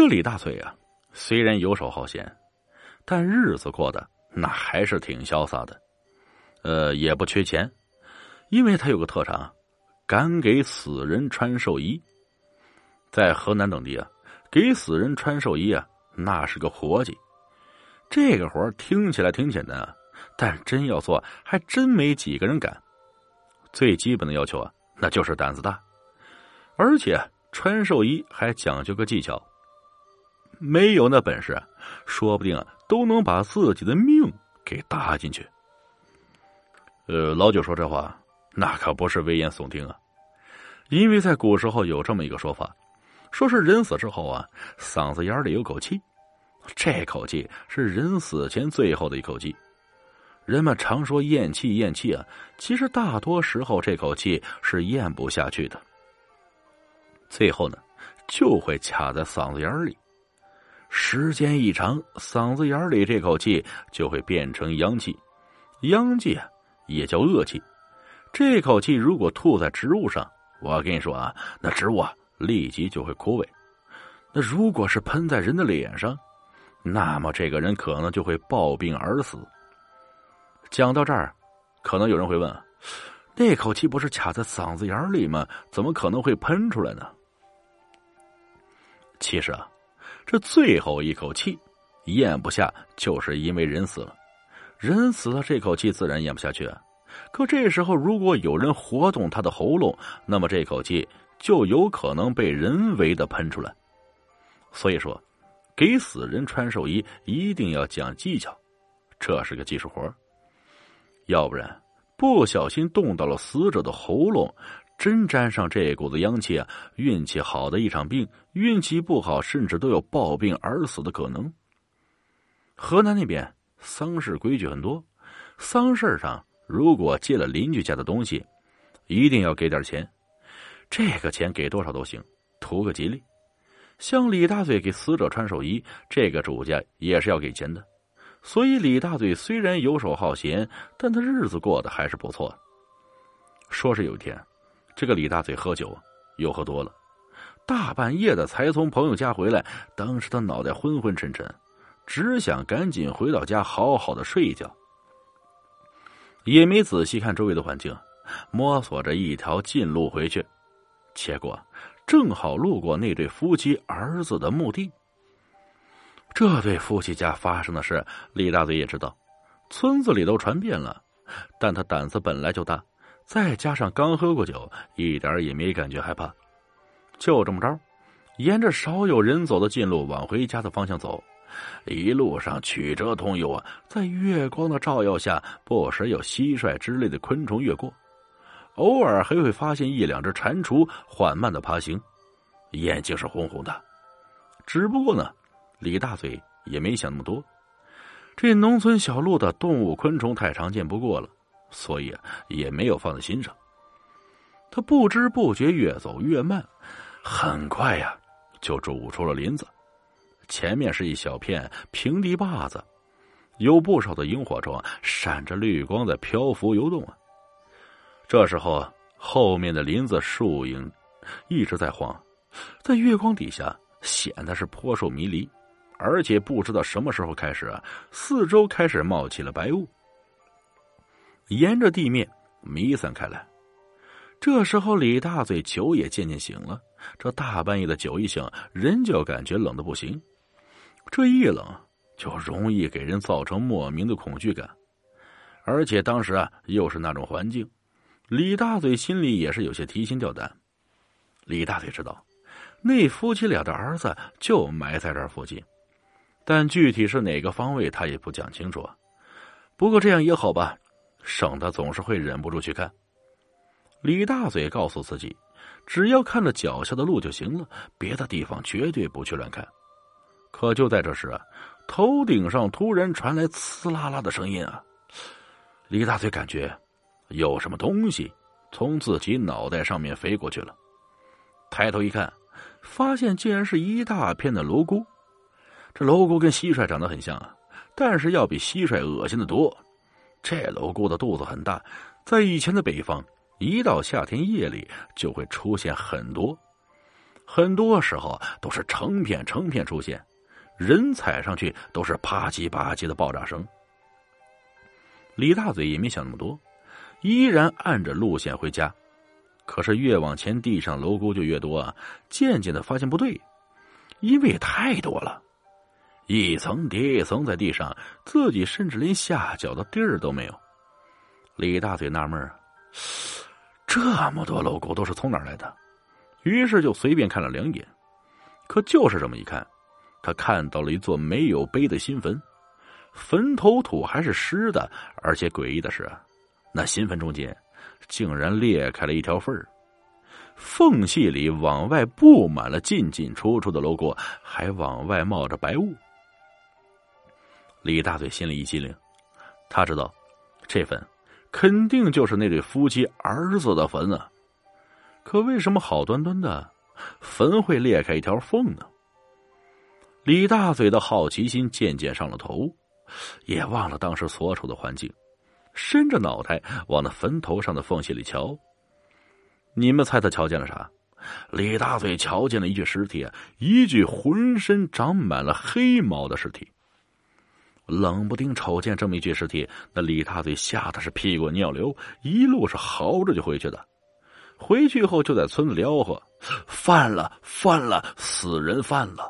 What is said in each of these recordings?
个李大嘴啊，虽然游手好闲，但日子过得那还是挺潇洒的。也不缺钱，因为他有个特长，敢给死人穿寿衣。在河南等地啊，给死人穿寿衣啊，那是个活计。这个活听起来挺简单啊，但真要做，还真没几个人敢。最基本的要求啊，那就是胆子大，而且穿寿衣还讲究个技巧，没有那本事，说不定啊都能把自己的命给搭进去。老九说这话，那可不是危言耸听啊，因为在古时候有这么一个说法，说是人死之后啊，嗓子眼里有口气，这口气是人死前最后的一口气。人们常说咽气咽气啊，其实大多时候这口气是咽不下去的，最后呢就会卡在嗓子眼里。时间一长，嗓子眼里这口气就会变成阳气，阳气啊也叫恶气。这口气如果吐在植物上，我跟你说啊，那植物啊立即就会枯萎。那如果是喷在人的脸上，那么这个人可能就会暴病而死。讲到这儿，可能有人会问，那口气不是卡在嗓子眼里吗？怎么可能会喷出来呢？其实啊，这最后一口气咽不下，就是因为人死了。人死了，这口气自然咽不下去啊。可这时候如果有人活动他的喉咙，那么这口气就有可能被人为的喷出来。所以说，给死人穿寿衣一定要讲技巧，这是个技术活，要不然不小心动到了死者的喉咙，真沾上这股子阳气啊，运气好的一场病，运气不好甚至都有暴病而死的可能。河南那边丧事规矩很多，丧事上如果借了邻居家的东西，一定要给点钱，这个钱给多少都行，图个吉利。像李大嘴给死者穿寿衣，这个主家也是要给钱的。所以李大嘴虽然游手好闲，但他日子过得还是不错的。说是有一天，这个李大嘴喝酒又喝多了，大半夜的才从朋友家回来，当时他脑袋昏昏沉沉，只想赶紧回到家好好的睡一觉，也没仔细看周围的环境，摸索着一条近路回去，结果正好路过那对夫妻儿子的墓地。这对夫妻家发生的事，李大嘴也知道，村子里都传遍了，但他胆子本来就大，再加上刚喝过酒，一点也没感觉害怕。就这么着，沿着少有人走的近路往回家的方向走，一路上曲折通幽啊，在月光的照耀下，不时有蟋蟀之类的昆虫越过，偶尔还会发现一两只蟾蜍缓慢的爬行，眼睛是红红的。只不过呢，李大嘴也没想那么多，这农村小路的动物昆虫太常见不过了，所以也没有放在心上。他不知不觉越走越慢，很快呀就走出了林子。前面是一小片平地坝子，有不少的萤火虫闪着绿光在漂浮游动啊。这时候后面的林子树影一直在晃，在月光底下显得是颇受迷离，而且不知道什么时候开始四周开始冒起了白雾，沿着地面弥散开来。这时候李大嘴酒也渐渐醒了，这大半夜的酒一醒，人就感觉冷得不行，这一冷就容易给人造成莫名的恐惧感，而且当时又是那种环境，李大嘴心里也是有些提心吊胆。李大嘴知道那夫妻俩的儿子就埋在这儿附近，但具体是哪个方位他也不讲清楚。不过这样也好吧，省得总是会忍不住去看。李大嘴告诉自己，只要看着脚下的路就行了，别的地方绝对不去乱看。可就在这时头顶上突然传来呲啦啦的声音李大嘴感觉有什么东西从自己脑袋上面飞过去了。抬头一看，发现竟然是一大片的蝼蛄。这蝼蛄跟蟋蟀长得很像但是要比蟋蟀恶心的多。这蝼蛄的肚子很大，在以前的北方，一到夏天夜里就会出现很多。 很多时候都是成片成片出现，人踩上去都是啪叽啪叽的爆炸声。李大嘴也没想那么多，依然按着路线回家。可是越往前，地上楼沟就越多啊，渐渐的发现不对，因为太多了，一层叠一层在地上，自己甚至连下脚的地儿都没有。李大嘴纳闷啊，这么多楼沟都是从哪儿来的？于是就随便看了2眼，可就是这么一看，他看到了一座没有碑的新坟，坟头土还是湿的，而且诡异的是，那新坟中间竟然裂开了一条缝儿，缝隙里往外布满了进进出出的楼沟，还往外冒着白雾。李大嘴心里一激灵，他知道这坟肯定就是那对夫妻儿子的坟啊，可为什么好端端的坟会裂开一条缝呢？李大嘴的好奇心渐渐上了头，也忘了当时所处的环境，伸着脑袋往那坟头上的缝隙里瞧。你们猜他瞧见了啥？李大嘴瞧见了一具尸体，一具浑身长满了黑毛的尸体。冷不丁瞅见这么一具尸体，那李大嘴吓得是屁滚尿流，一路是嚎着就回去的。回去后就在村子里吆喝：犯了，犯了，死人犯了！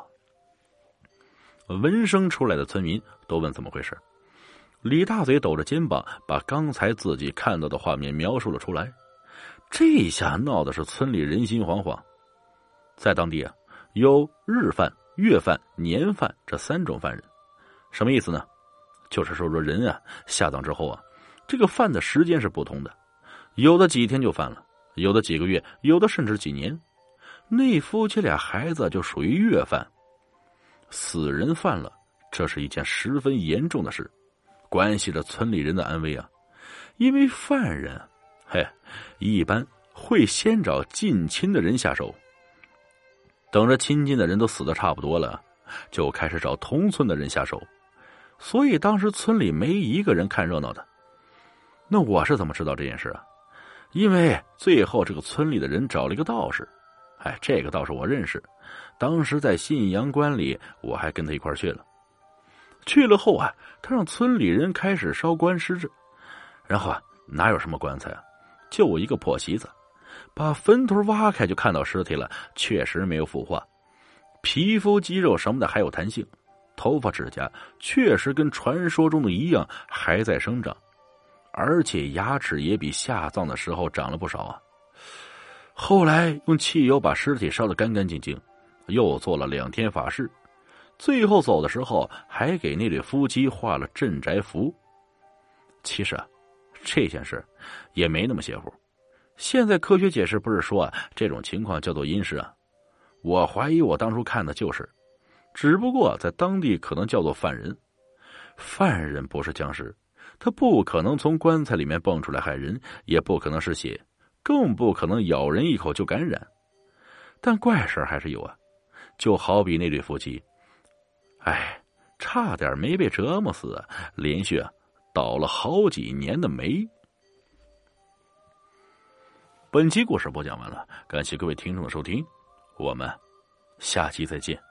闻声出来的村民都问怎么回事。李大嘴抖着肩膀，把刚才自己看到的画面描述了出来。这下闹的是村里人心惶惶。在当地啊，有日犯、月犯、年犯这3种犯人。什么意思呢？就是说人啊下葬之后啊，这个犯的时间是不同的，有的几天就犯了，有的几个月，有的甚至几年。那夫妻俩孩子就属于月犯。死人犯了，这是一件十分严重的事，关系着村里人的安危啊。因为犯人一般会先找近亲的人下手，等着亲近的人都死得差不多了，就开始找同村的人下手。所以当时村里没一个人看热闹的。那我是怎么知道这件事啊？因为最后这个村里的人找了一个道士，这个道士我认识，当时在信阳关里，我还跟他一块去了。去了后啊，他让村里人开始烧棺尸制，然后啊，哪有什么棺材啊，就一个破席子，把坟头挖开就看到尸体了，确实没有腐化，皮肤肌肉什么的还有弹性，头发指甲确实跟传说中的一样还在生长，而且牙齿也比下葬的时候长了不少啊。后来用汽油把尸体烧得干干净净，又做了2天法事，最后走的时候还给那对夫妻画了镇宅符。其实啊，这件事也没那么邪乎。现在科学解释不是说这种情况叫做阴尸啊？我怀疑我当初看的就是，只不过在当地可能叫做犯人。犯人不是僵尸，他不可能从棺材里面蹦出来害人，也不可能是血，更不可能咬人一口就感染。但怪事还是有啊，就好比那对夫妻，差点没被折磨死啊，连续倒了好几年的霉。本期故事播讲完了，感谢各位听众的收听，我们下期再见。